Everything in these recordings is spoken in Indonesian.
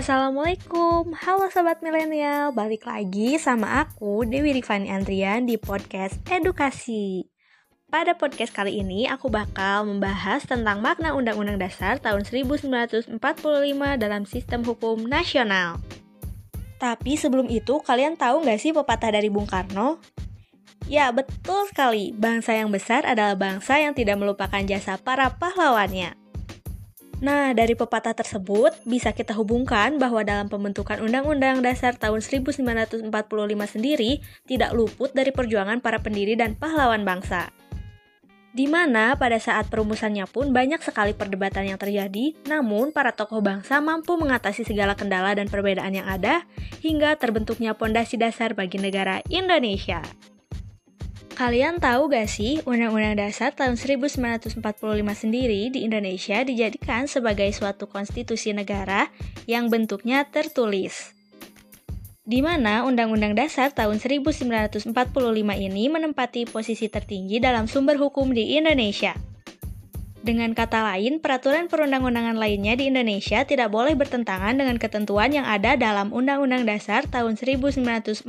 Assalamualaikum, halo Sobat Milenial, balik lagi sama aku Dewi Rifani Andrian di podcast Edukasi. Pada podcast kali ini aku bakal membahas tentang makna Undang-Undang Dasar tahun 1945 dalam sistem hukum nasional. Tapi sebelum itu, kalian tahu nggak sih pepatah dari Bung Karno? Ya, betul sekali, bangsa yang besar adalah bangsa yang tidak melupakan jasa para pahlawannya. Nah, dari pepatah tersebut, bisa kita hubungkan bahwa dalam pembentukan Undang-Undang Dasar tahun 1945 sendiri tidak luput dari perjuangan para pendiri dan pahlawan bangsa. Di mana pada saat perumusannya pun banyak sekali perdebatan yang terjadi, namun para tokoh bangsa mampu mengatasi segala kendala dan perbedaan yang ada, hingga terbentuknya pondasi dasar bagi negara Indonesia. Kalian tahu gak sih, Undang-Undang Dasar tahun 1945 sendiri di Indonesia dijadikan sebagai suatu konstitusi negara yang bentuknya tertulis. Di mana Undang-Undang Dasar tahun 1945 ini menempati posisi tertinggi dalam sumber hukum di Indonesia. Dengan kata lain, peraturan perundang-undangan lainnya di Indonesia tidak boleh bertentangan dengan ketentuan yang ada dalam Undang-Undang Dasar tahun 1945.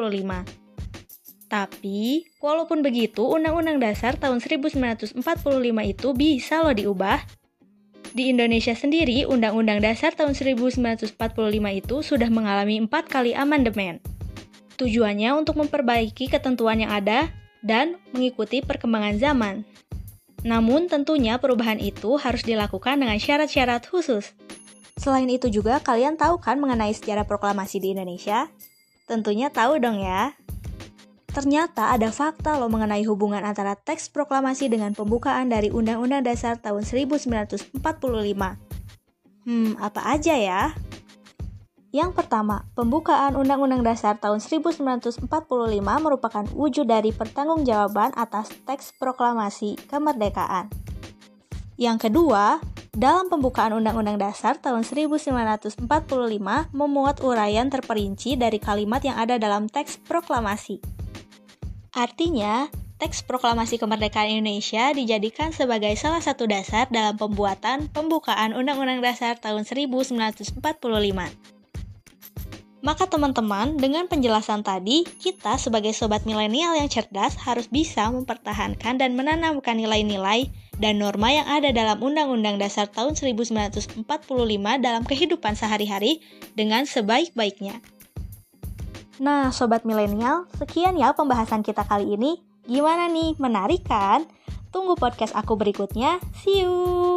Tapi, walaupun begitu, Undang-Undang Dasar tahun 1945 itu bisa loh diubah. Di Indonesia sendiri, Undang-Undang Dasar tahun 1945 itu sudah mengalami 4 kali amandemen. Tujuannya untuk memperbaiki ketentuan yang ada dan mengikuti perkembangan zaman. Namun tentunya perubahan itu harus dilakukan dengan syarat-syarat khusus. Selain itu juga, kalian tahu kan mengenai sejarah proklamasi di Indonesia? Tentunya tahu dong ya. Ternyata ada fakta loh mengenai hubungan antara teks proklamasi dengan pembukaan dari Undang-Undang Dasar tahun 1945. Apa aja ya? Yang pertama, pembukaan Undang-Undang Dasar tahun 1945 merupakan wujud dari pertanggungjawaban atas teks proklamasi kemerdekaan. Yang kedua, dalam pembukaan Undang-Undang Dasar tahun 1945 memuat uraian terperinci dari kalimat yang ada dalam teks proklamasi. Artinya, teks proklamasi kemerdekaan Indonesia dijadikan sebagai salah satu dasar dalam pembukaan Undang-Undang Dasar tahun 1945. Maka teman-teman, dengan penjelasan tadi, kita sebagai sobat milenial yang cerdas harus bisa mempertahankan dan menanamkan nilai-nilai dan norma yang ada dalam Undang-Undang Dasar tahun 1945 dalam kehidupan sehari-hari dengan sebaik-baiknya. Nah, Sobat Milenial, sekian ya pembahasan kita kali ini. Gimana nih, menarik kan? Tunggu podcast aku berikutnya. See you!